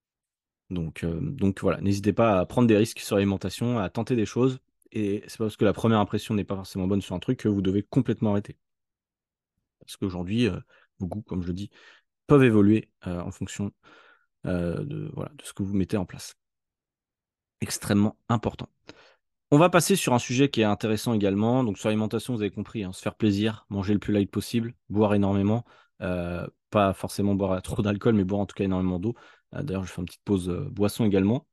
Donc voilà, n'hésitez pas à prendre des risques sur l'alimentation, à tenter des choses. Et c'est pas parce que la première impression n'est pas forcément bonne sur un truc que vous devez complètement arrêter. Parce qu'aujourd'hui, vos goûts, comme je le dis, peuvent évoluer en fonction voilà, de ce que vous mettez en place. Extrêmement important. On va passer sur un sujet qui est intéressant également. Donc sur l'alimentation, vous avez compris, hein, se faire plaisir, manger le plus light possible, boire énormément. Pas forcément boire trop d'alcool, mais boire en tout cas énormément d'eau. D'ailleurs, je fais une petite pause boisson également.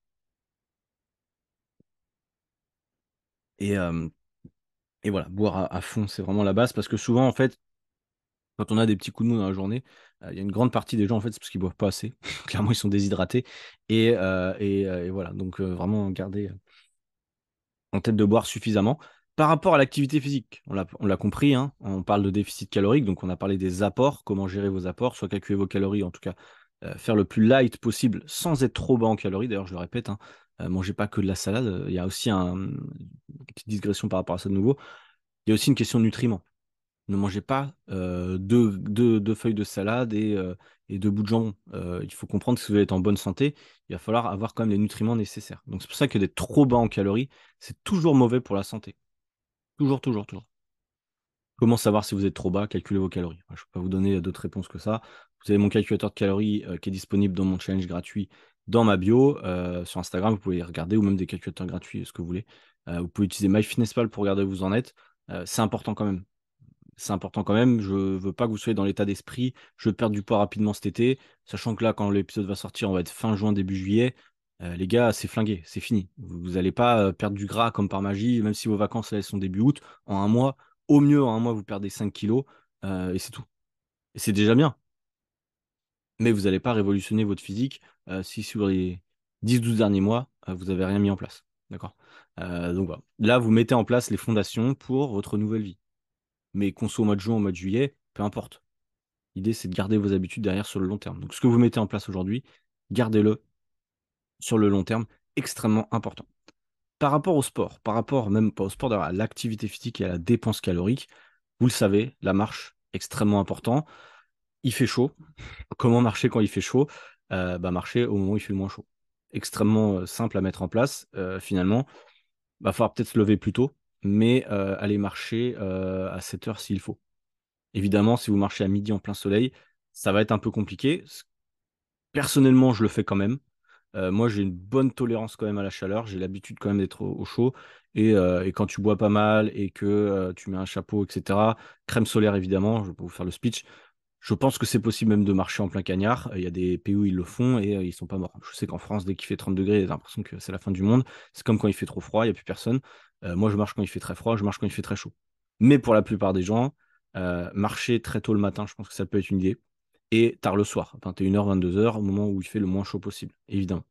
Et, euh, et voilà, boire à fond, c'est vraiment la base. Parce que souvent, en fait, quand on a des petits coups de mou dans la journée, il y a une grande partie des gens, en fait, c'est parce qu'ils boivent pas assez. Clairement, ils sont déshydratés. Et voilà, donc vraiment garder en tête de boire suffisamment. Par rapport à l'activité physique, on l'a compris, hein, on parle de déficit calorique, donc on a parlé des apports, comment gérer vos apports, soit calculer vos calories, en tout cas faire le plus light possible sans être trop bas en calories. D'ailleurs, je le répète, hein, Mangez pas que de la salade. Il y a aussi une petite digression par rapport à ça de nouveau. Il y a aussi une question de nutriments. Ne mangez pas deux feuilles de salade et deux bouts de jambon. Il faut comprendre que si vous voulez être en bonne santé, il va falloir avoir quand même les nutriments nécessaires. Donc c'est pour ça que d'être trop bas en calories, c'est toujours mauvais pour la santé. Toujours, toujours, toujours. Comment savoir si vous êtes trop bas? Calculez vos calories. Je ne peux pas vous donner d'autres réponses que ça. Vous avez mon calculateur de calories qui est disponible dans mon challenge gratuit dans ma bio sur Instagram. Vous pouvez regarder ou même des calculateurs gratuits, ce que vous voulez. Vous pouvez utiliser MyFitnessPal pour regarder où vous en êtes. C'est important quand même. C'est important quand même. Je veux pas que vous soyez dans l'état d'esprit. Je veux perdre du poids rapidement cet été, sachant que là, quand l'épisode va sortir, on va être fin juin, début juillet. Les gars, c'est flingué, c'est fini. Vous n'allez pas perdre du gras comme par magie, même si vos vacances là, elles sont début août. En un mois, au mieux, en un mois, vous perdez 5 kilos et c'est tout. Et c'est déjà bien. Mais vous n'allez pas révolutionner votre physique si sur les 10 12 derniers mois, vous n'avez rien mis en place. D'accord? Donc voilà. Là, vous mettez en place les fondations pour votre nouvelle vie. Mais qu'on soit au mois de juin, au mois de juillet, peu importe. L'idée, c'est de garder vos habitudes derrière sur le long terme. Donc, ce que vous mettez en place aujourd'hui, gardez-le sur le long terme, extrêmement important. Par rapport au sport, par rapport même pas au sport, d'ailleurs, à l'activité physique et à la dépense calorique, vous le savez, la marche, extrêmement important. Il fait chaud. Comment marcher quand il fait chaud? Marcher au moment où il fait le moins chaud. Extrêmement simple à mettre en place. Finalement, va falloir peut-être se lever plus tôt, mais aller marcher à 7 heures s'il faut. Évidemment, si vous marchez à midi en plein soleil, ça va être un peu compliqué. Personnellement, je le fais quand même. Moi, j'ai une bonne tolérance quand même à la chaleur. J'ai l'habitude quand même d'être au chaud. Et quand tu bois pas mal et que tu mets un chapeau, etc., crème solaire évidemment, je vais pas vous faire le speech. Je pense que c'est possible même de marcher en plein cagnard. Il y a des pays où ils le font et ils sont pas morts. Je sais qu'en France, dès qu'il fait 30 degrés, j'ai l'impression que c'est la fin du monde. C'est comme quand il fait trop froid, il n'y a plus personne. Moi, je marche quand il fait très froid, je marche quand il fait très chaud. Mais pour la plupart des gens, marcher très tôt le matin, je pense que ça peut être une idée. Et tard le soir, 21 h 22 h au moment où il fait le moins chaud possible, évidemment.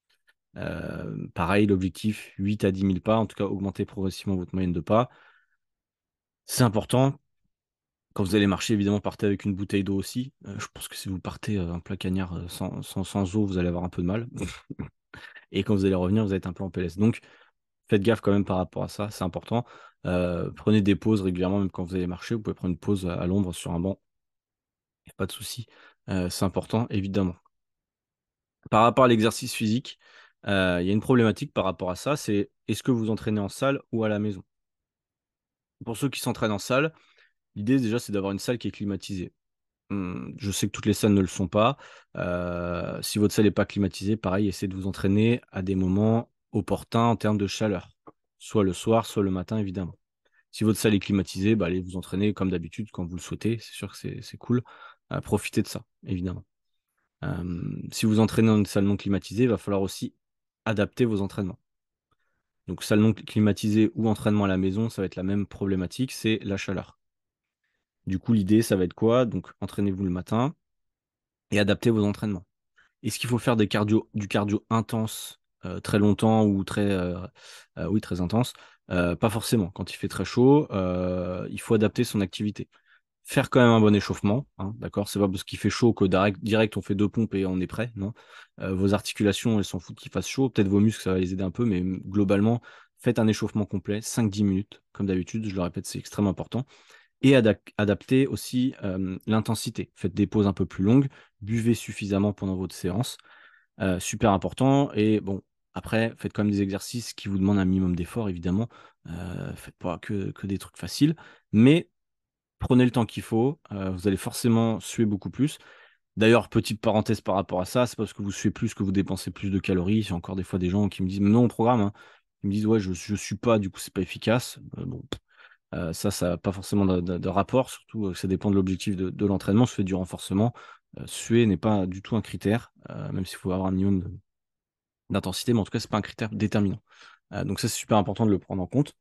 Pareil, l'objectif, 8 à 10 000 pas, en tout cas, augmenter progressivement votre moyenne de pas. C'est important. Quand vous allez marcher, évidemment, partez avec une bouteille d'eau aussi. Je pense que si vous partez un plat cagnard sans eau, vous allez avoir un peu de mal. Et quand vous allez revenir, vous allez être un peu en PLS. Donc, faites gaffe quand même par rapport à ça, c'est important. Prenez des pauses régulièrement, même quand vous allez marcher. Vous pouvez prendre une pause à l'ombre sur un banc, il n'y a pas de souci. C'est important, évidemment. Par rapport à l'exercice physique, il y a une problématique par rapport à ça, c'est est-ce que vous entraînez en salle ou à la maison? Pour ceux qui s'entraînent en salle, l'idée déjà c'est d'avoir une salle qui est climatisée. Je sais que toutes les salles ne le sont pas. Si votre salle n'est pas climatisée, pareil, essayez de vous entraîner à des moments opportuns en termes de chaleur. Soit le soir, soit le matin, évidemment. Si votre salle est climatisée, allez vous entraîner comme d'habitude quand vous le souhaitez. C'est sûr que c'est cool. Profitez de ça, évidemment. Si vous entraînez dans une salle non climatisée, il va falloir aussi adapter vos entraînements. Donc, salle non climatisée ou entraînement à la maison, ça va être la même problématique, c'est la chaleur. Du coup, l'idée, ça va être quoi? Donc, entraînez-vous le matin et adaptez vos entraînements. Est-ce qu'il faut faire du cardio intense très longtemps ou oui, très intense? Pas forcément. Quand il fait très chaud, il faut adapter son activité. Faire quand même un bon échauffement, hein, d'accord? C'est pas parce qu'il fait chaud que direct on fait 2 pompes et on est prêt, non? Vos articulations, elles s'en foutent qu'il fasse chaud. Peut-être vos muscles, ça va les aider un peu, mais globalement, faites un échauffement complet, 5 10 minutes, comme d'habitude, je le répète, c'est extrêmement important. Et adaptez aussi l'intensité. Faites des pauses un peu plus longues, buvez suffisamment pendant votre séance. Super important. Et bon, après, faites quand même des exercices qui vous demandent un minimum d'effort, évidemment. Faites pas que des trucs faciles. Mais prenez le temps qu'il faut. Vous allez forcément suer beaucoup plus. D'ailleurs, petite parenthèse par rapport à ça, c'est parce que vous suez plus que vous dépensez plus de calories. J'ai encore des fois des gens qui me disent, mais non, au programme, hein. Ils me disent, ouais, je suis pas, du coup, c'est pas efficace. Bon, ça n'a pas forcément de rapport, surtout ça dépend de l'objectif de l'entraînement. Je fais du renforcement. Suer n'est pas du tout un critère, même s'il faut avoir un minimum d'intensité, mais en tout cas, c'est pas un critère déterminant. Donc ça, c'est super important de le prendre en compte.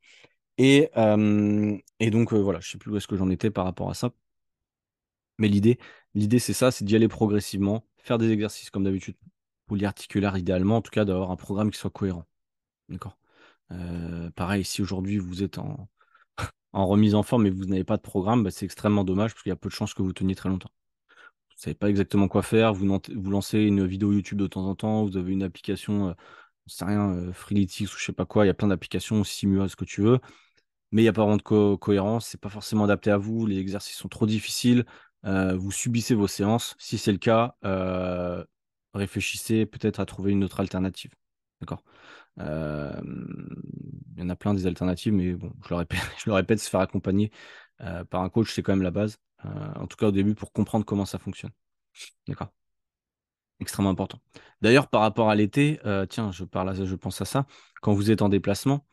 Et donc, voilà, je sais plus où est-ce que j'en étais par rapport à ça. Mais l'idée, c'est ça, c'est d'y aller progressivement, faire des exercices comme d'habitude, polyarticulaires idéalement, en tout cas d'avoir un programme qui soit cohérent. D'accord? Pareil, si aujourd'hui vous êtes en remise en forme et vous n'avez pas de programme, c'est extrêmement dommage parce qu'il y a peu de chances que vous teniez très longtemps. Vous ne savez pas exactement quoi faire, vous lancez une vidéo YouTube de temps en temps, vous avez une application c'est rien, Freeletics ou je sais pas quoi, il y a plein d'applications, Simua, ce que tu veux, mais il n'y a pas vraiment de cohérence, c'est pas forcément adapté à vous, les exercices sont trop difficiles, vous subissez vos séances. Si c'est le cas, réfléchissez peut-être à trouver une autre alternative. D'accord? Euh, il y en a plein des alternatives, mais bon, je le répète, je le répète, se faire accompagner par un coach, c'est quand même la base. En tout cas au début pour comprendre comment ça fonctionne. D'accord? Extrêmement important. D'ailleurs, par rapport à l'été, tiens, je pense à ça. Quand vous êtes en déplacement,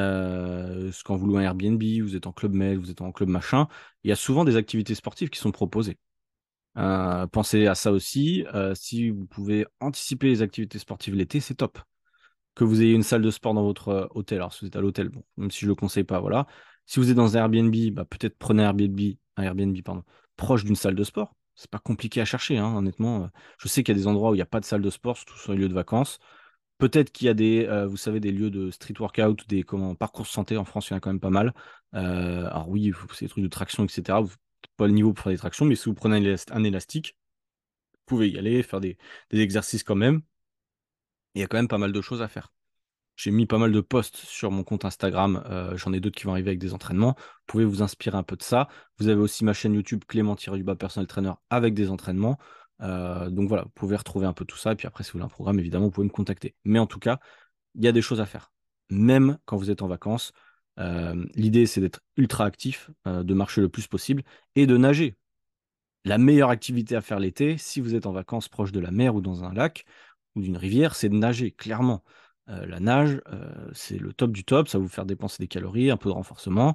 quand vous louez un Airbnb, vous êtes en club med, vous êtes en club machin, il y a souvent des activités sportives qui sont proposées. Pensez à ça aussi. Si vous pouvez anticiper les activités sportives l'été, c'est top. Que vous ayez une salle de sport dans votre hôtel. Alors, si vous êtes à l'hôtel, bon, même si je ne le conseille pas, voilà. Si vous êtes dans un Airbnb, bah, peut-être prenez un Airbnb, pardon, proche d'une salle de sport. C'est pas compliqué à chercher, hein, honnêtement. Je sais qu'il y a des endroits où il n'y a pas de salle de sport, surtout sur les lieux de vacances. Peut-être qu'il y a vous savez, des lieux de street workout, des parcours santé en France, il y en a quand même pas mal. Alors oui, c'est des trucs de traction, etc. Vous n'avez pas le niveau pour faire des tractions, mais si vous prenez un élastique, vous pouvez y aller, faire des exercices quand même. Il y a quand même pas mal de choses à faire. J'ai mis pas mal de posts sur mon compte Instagram. J'en ai d'autres qui vont arriver avec des entraînements. Vous pouvez vous inspirer un peu de ça. Vous avez aussi ma chaîne YouTube Clément-Duba Personal Trainer avec des entraînements. Donc voilà, vous pouvez retrouver un peu tout ça. Et puis après, si vous voulez un programme, évidemment, vous pouvez me contacter. Mais en tout cas, il y a des choses à faire. Même quand vous êtes en vacances, l'idée, c'est d'être ultra actif, de marcher le plus possible et de nager. La meilleure activité à faire l'été, si vous êtes en vacances proche de la mer ou dans un lac ou d'une rivière, c'est de nager, clairement. La nage, c'est le top du top, ça va vous faire dépenser des calories, un peu de renforcement,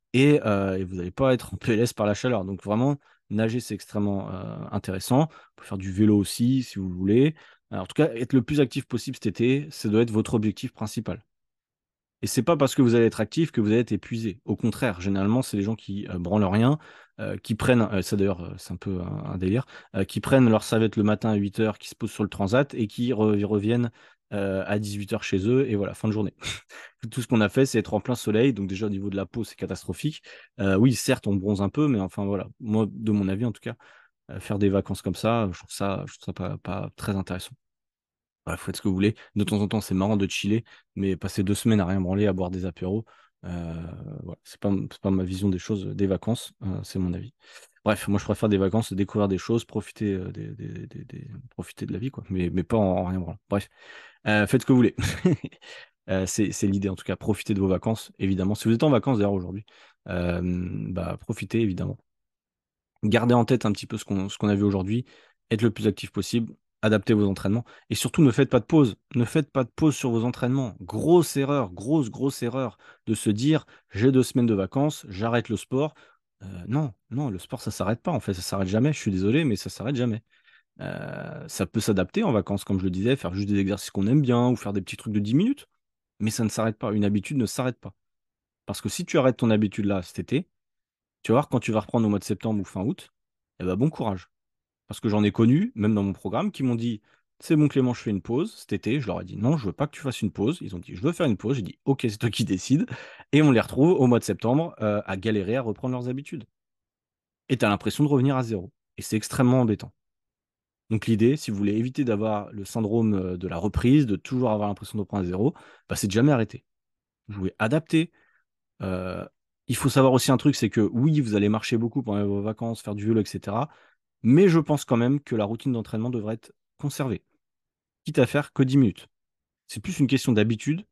et vous n'allez pas être en PLS par la chaleur. Donc vraiment, nager, c'est extrêmement intéressant. Vous pouvez faire du vélo aussi, si vous voulez. En tout cas, être le plus actif possible cet été, ça doit être votre objectif principal. Et c'est pas parce que vous allez être actif que vous allez être épuisé. Au contraire, généralement, c'est les gens qui branlent rien, qui prennent, ça d'ailleurs, c'est un peu un délire, qui prennent leur savette le matin à 8 heures, qui se posent sur le transat et qui reviennent à 18 heures chez eux, et voilà, fin de journée. Tout ce qu'on a fait, c'est être en plein soleil, donc déjà au niveau de la peau, c'est catastrophique. Oui, certes, on bronze un peu, mais enfin voilà, moi, de mon avis en tout cas, faire des vacances comme ça, je trouve ça pas très intéressant. Ouais, faites ce que vous voulez. De temps en temps, c'est marrant de chiller, mais passer 2 semaines à rien branler, à boire des apéros, voilà, c'est pas ma vision des choses, des vacances, c'est mon avis. Bref, moi je préfère des vacances, découvrir des choses, profiter, profiter de la vie, quoi, mais pas en rien branlant. Bref, faites ce que vous voulez. C'est l'idée en tout cas, profitez de vos vacances, évidemment. Si vous êtes en vacances d'ailleurs aujourd'hui, bah, profitez évidemment. Gardez en tête un petit peu ce qu'on a vu aujourd'hui, être le plus actif possible, adaptez vos entraînements et surtout ne faites pas de pause. Ne faites pas de pause sur vos entraînements. Grosse erreur, grosse erreur de se dire j'ai 2 semaines de vacances, j'arrête le sport. Non, non, le sport ça s'arrête pas en fait, ça s'arrête jamais. Je suis désolé, mais ça s'arrête jamais. Ça peut s'adapter en vacances, comme je le disais, faire juste des exercices qu'on aime bien ou faire des petits trucs de 10 minutes, mais ça ne s'arrête pas. Une habitude ne s'arrête pas. Parce que si tu arrêtes ton habitude là cet été, tu vas voir quand tu vas reprendre au mois de septembre ou fin août, eh ben bon courage. Parce que j'en ai connu, même dans mon programme, qui m'ont dit, c'est bon Clément, je fais une pause cet été. Je leur ai dit, non, je veux pas que tu fasses une pause. Ils ont dit, je veux faire une pause. J'ai dit, ok, c'est toi qui décides. Et on les retrouve au mois de septembre à galérer à reprendre leurs habitudes. Et tu as l'impression de revenir à zéro. Et c'est extrêmement embêtant. Donc l'idée, si vous voulez éviter d'avoir le syndrome de la reprise, de toujours avoir l'impression de reprendre à zéro, bah, c'est de jamais arrêter. Vous pouvez adapter. Euh, il faut savoir aussi un truc, c'est que oui, vous allez marcher beaucoup pendant vos vacances, faire du vélo, etc. Mais je pense quand même que la routine d'entraînement devrait être conservée, quitte à faire que 10 minutes. C'est plus une question d'habitude,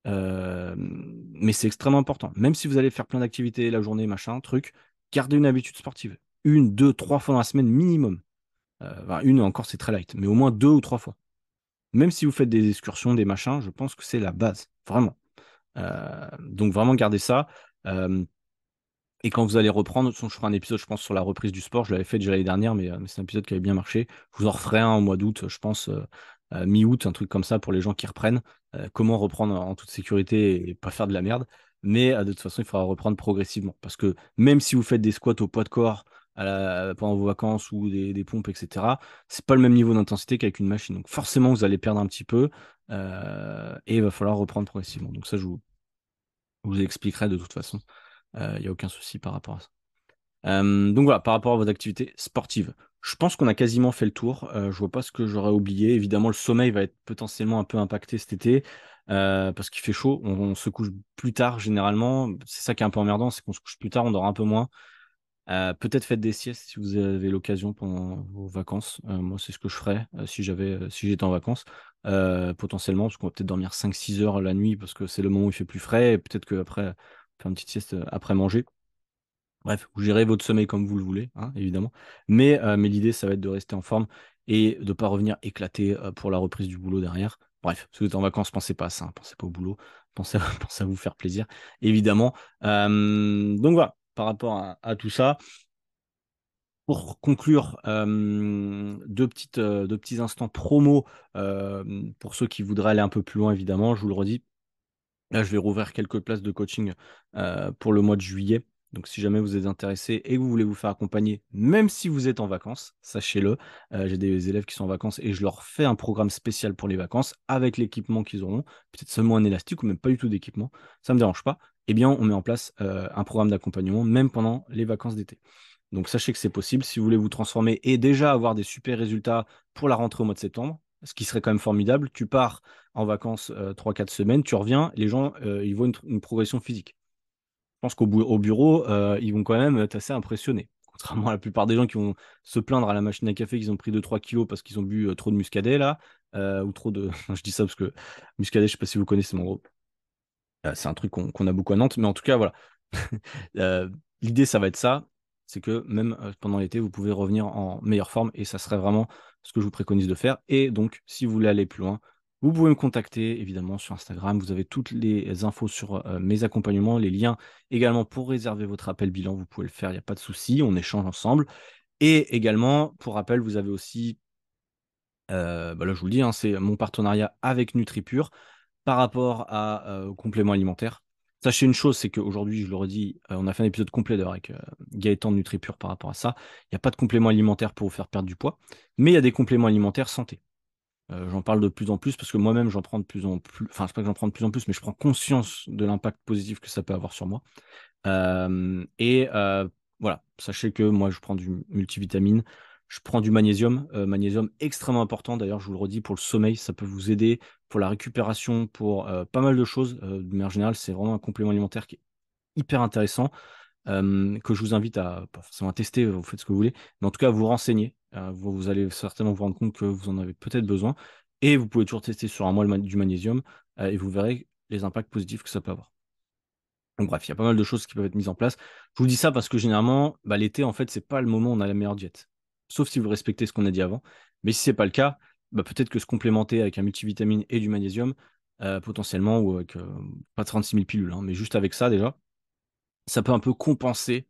mais c'est extrêmement important. Même si vous allez faire plein d'activités la journée, machin, truc, gardez une habitude sportive. Une, deux, 3 fois dans la semaine minimum. Enfin, une encore, c'est très light, mais au moins 2 ou 3 fois. Même si vous faites des excursions, des machins, je pense que c'est la base, vraiment. Donc vraiment gardez ça. Euh, Et quand vous allez reprendre, je ferai un épisode, je pense, sur la reprise du sport. Je l'avais fait déjà l'année dernière, mais c'est un épisode qui avait bien marché. Je vous en referai un au mois d'août, je pense, mi-août, un truc comme ça pour les gens qui reprennent. Comment reprendre en toute sécurité et pas faire de la merde. Mais de toute façon, il faudra reprendre progressivement. Parce que même si vous faites des squats au poids de corps pendant vos vacances ou des pompes, etc., c'est pas le même niveau d'intensité qu'avec une machine. Donc forcément, vous allez perdre un petit peu et il va falloir reprendre progressivement. Donc ça, je vous expliquerai de toute façon. Il n'y a aucun souci par rapport à ça. Donc voilà, par rapport à vos activités sportives. Je pense qu'on a quasiment fait le tour. Je vois pas ce que j'aurais oublié. Évidemment, le sommeil va être potentiellement un peu impacté cet été parce qu'il fait chaud. On se couche plus tard généralement. C'est ça qui est un peu emmerdant, c'est qu'on se couche plus tard, on dort un peu moins. Peut-être faites des siestes si vous avez l'occasion pendant vos vacances. Moi, c'est ce que je ferais si j'étais en vacances. Potentiellement, parce qu'on va peut-être dormir 5-6 heures la nuit parce que c'est le moment où il fait plus frais. Et peut-être qu'après, faire une petite sieste après manger. Bref, vous gérez votre sommeil comme vous le voulez, hein, évidemment. Mais l'idée, ça va être de rester en forme et de ne pas revenir éclaté pour la reprise du boulot derrière. Bref, si vous êtes en vacances, pensez pas à ça, hein, pensez pas au boulot, pensez à, pensez à vous faire plaisir, évidemment. Donc voilà, par rapport à tout ça, pour conclure, deux petits instants promo pour ceux qui voudraient aller un peu plus loin, évidemment, je vous le redis. Là, je vais rouvrir quelques places de coaching pour le mois de juillet. Donc, si jamais vous êtes intéressé et que vous voulez vous faire accompagner, même si vous êtes en vacances, sachez-le, j'ai des élèves qui sont en vacances et je leur fais un programme spécial pour les vacances avec l'équipement qu'ils auront, peut-être seulement un élastique ou même pas du tout d'équipement, ça ne me dérange pas. Eh bien, on met en place un programme d'accompagnement même pendant les vacances d'été. Donc, sachez que c'est possible si vous voulez vous transformer et déjà avoir des super résultats pour la rentrée au mois de septembre, ce qui serait quand même formidable. Tu pars en vacances 3-4 semaines, tu reviens, les gens, ils voient une progression physique. Je pense au bureau, ils vont quand même être assez impressionnés. Contrairement à la plupart des gens qui vont se plaindre à la machine à café qu'ils ont pris 2-3 kilos parce qu'ils ont bu trop de muscadet, là, ou trop de... Je dis ça parce que muscadet, je sais pas si vous connaissez mon gros. C'est un truc qu'on a beaucoup à Nantes, mais en tout cas, voilà. Euh, L'idée, ça va être ça, c'est que même pendant l'été, vous pouvez revenir en meilleure forme et ça serait vraiment ce que je vous préconise de faire. Et donc, si vous voulez aller plus loin, vous pouvez me contacter évidemment sur Instagram. Vous avez toutes les infos sur mes accompagnements, les liens également pour réserver votre appel bilan. Vous pouvez le faire, il n'y a pas de souci, on échange ensemble. Et également, pour rappel, vous avez aussi, bah là je vous le dis, hein, c'est mon partenariat avec NutriPure par rapport aux compléments alimentaires. Sachez une chose, c'est qu'aujourd'hui, je le redis, on a fait un épisode complet d'ailleurs avec Gaëtan de NutriPure par rapport à ça. Il n'y a pas de compléments alimentaires pour vous faire perdre du poids, mais il y a des compléments alimentaires santé. J'en parle de plus en plus parce que moi-même, j'en prends de plus en plus. Enfin, c'est pas que j'en prends de plus en plus, mais je prends conscience de l'impact positif que ça peut avoir sur moi. Et voilà, sachez que moi, je prends du multivitamine, je prends du magnésium. Magnésium extrêmement important, d'ailleurs, je vous le redis, pour le sommeil, ça peut vous aider pour la récupération, pour pas mal de choses. De manière générale, c'est vraiment un complément alimentaire qui est hyper intéressant, que je vous invite à, pas forcément à tester, vous faites ce que vous voulez, mais en tout cas, à vous renseigner. Vous allez certainement vous rendre compte que vous en avez peut-être besoin. Et vous pouvez toujours tester sur un mois du magnésium et vous verrez les impacts positifs que ça peut avoir. Donc bref, il y a pas mal de choses qui peuvent être mises en place. Je vous dis ça parce que généralement, bah, l'été, en fait, c'est pas le moment où on a la meilleure diète. Sauf si vous respectez ce qu'on a dit avant. Mais si c'est pas le cas, bah, peut-être que se complémenter avec un multivitamine et du magnésium, potentiellement, ou avec pas 36 000 pilules, hein, mais juste avec ça déjà, ça peut un peu compenser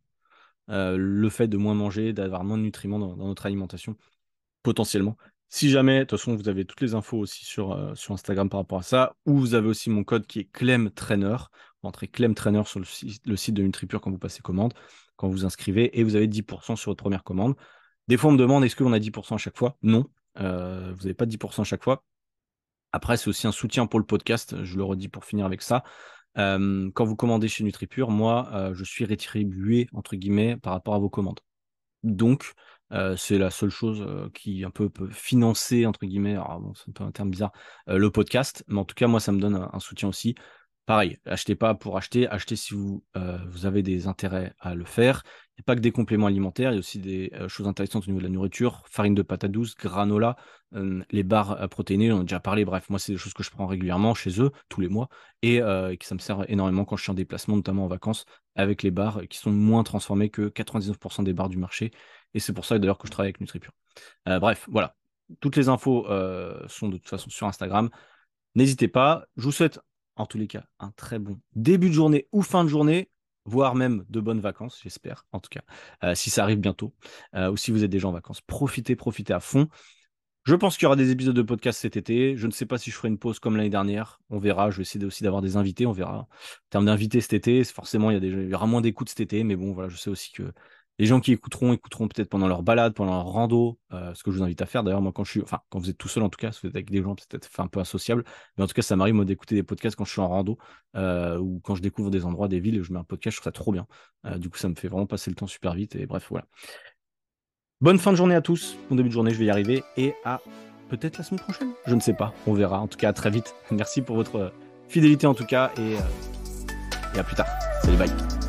le fait de moins manger, d'avoir moins de nutriments dans notre alimentation potentiellement. Si jamais, de toute façon, vous avez toutes les infos aussi sur Instagram par rapport à ça, ou vous avez aussi mon code qui est ClemTrainer. Vous entrez ClemTrainer sur le site de NutriPure quand vous passez commande, quand vous inscrivez, et vous avez 10% sur votre première commande. Des fois, on me demande est-ce qu'on a 10% à chaque fois? Non, vous n'avez pas de 10% à chaque fois. Après, c'est aussi un soutien pour le podcast, je le redis pour finir avec ça. Quand vous commandez chez NutriPure, moi, je suis rétribué, entre guillemets, par rapport à vos commandes. Donc, c'est la seule chose qui un peu peut financer, entre guillemets, alors bon, c'est un peu un terme bizarre, le podcast. Mais en tout cas, moi, ça me donne un soutien aussi. Pareil, achetez pas pour acheter, achetez si vous avez des intérêts à le faire. Il n'y a pas que des compléments alimentaires, il y a aussi des choses intéressantes au niveau de la nourriture, farine de patate douce, granola, les barres protéinées, on en a déjà parlé. Bref, moi, c'est des choses que je prends régulièrement chez eux, tous les mois, et que ça me sert énormément quand je suis en déplacement, notamment en vacances, avec les barres qui sont moins transformées que 99% des barres du marché. Et c'est pour ça d'ailleurs que je travaille avec NutriPure. Bref, voilà. Toutes les infos sont de toute façon sur Instagram. N'hésitez pas. Je vous souhaite, en tous les cas, un très bon début de journée ou fin de journée, voire même de bonnes vacances, j'espère, en tout cas, si ça arrive bientôt, ou si vous êtes déjà en vacances. Profitez, profitez à fond. Je pense qu'il y aura des épisodes de podcast cet été. Je ne sais pas si je ferai une pause comme l'année dernière. On verra. Je vais essayer aussi d'avoir des invités. On verra. En termes d'invités cet été, forcément, il y aura moins d'écoute cet été. Mais bon, voilà, je sais aussi que les gens qui écouteront peut-être pendant leur balade, pendant leur rando, ce que je vous invite à faire. D'ailleurs, moi, enfin, quand vous êtes tout seul, en tout cas, si vous êtes avec des gens, c'est peut-être fait un peu associable. Mais en tout cas, ça m'arrive, moi, d'écouter des podcasts quand je suis en rando, ou quand je découvre des endroits, des villes, et je mets un podcast, je trouve ça trop bien. Du coup, ça me fait vraiment passer le temps super vite. Et bref, voilà. Bonne fin de journée à tous. Bon début de journée, je vais y arriver. Et à peut-être la semaine prochaine. Je ne sais pas. On verra. En tout cas, à très vite. Merci pour votre fidélité en tout cas. Et à plus tard. Salut, bye.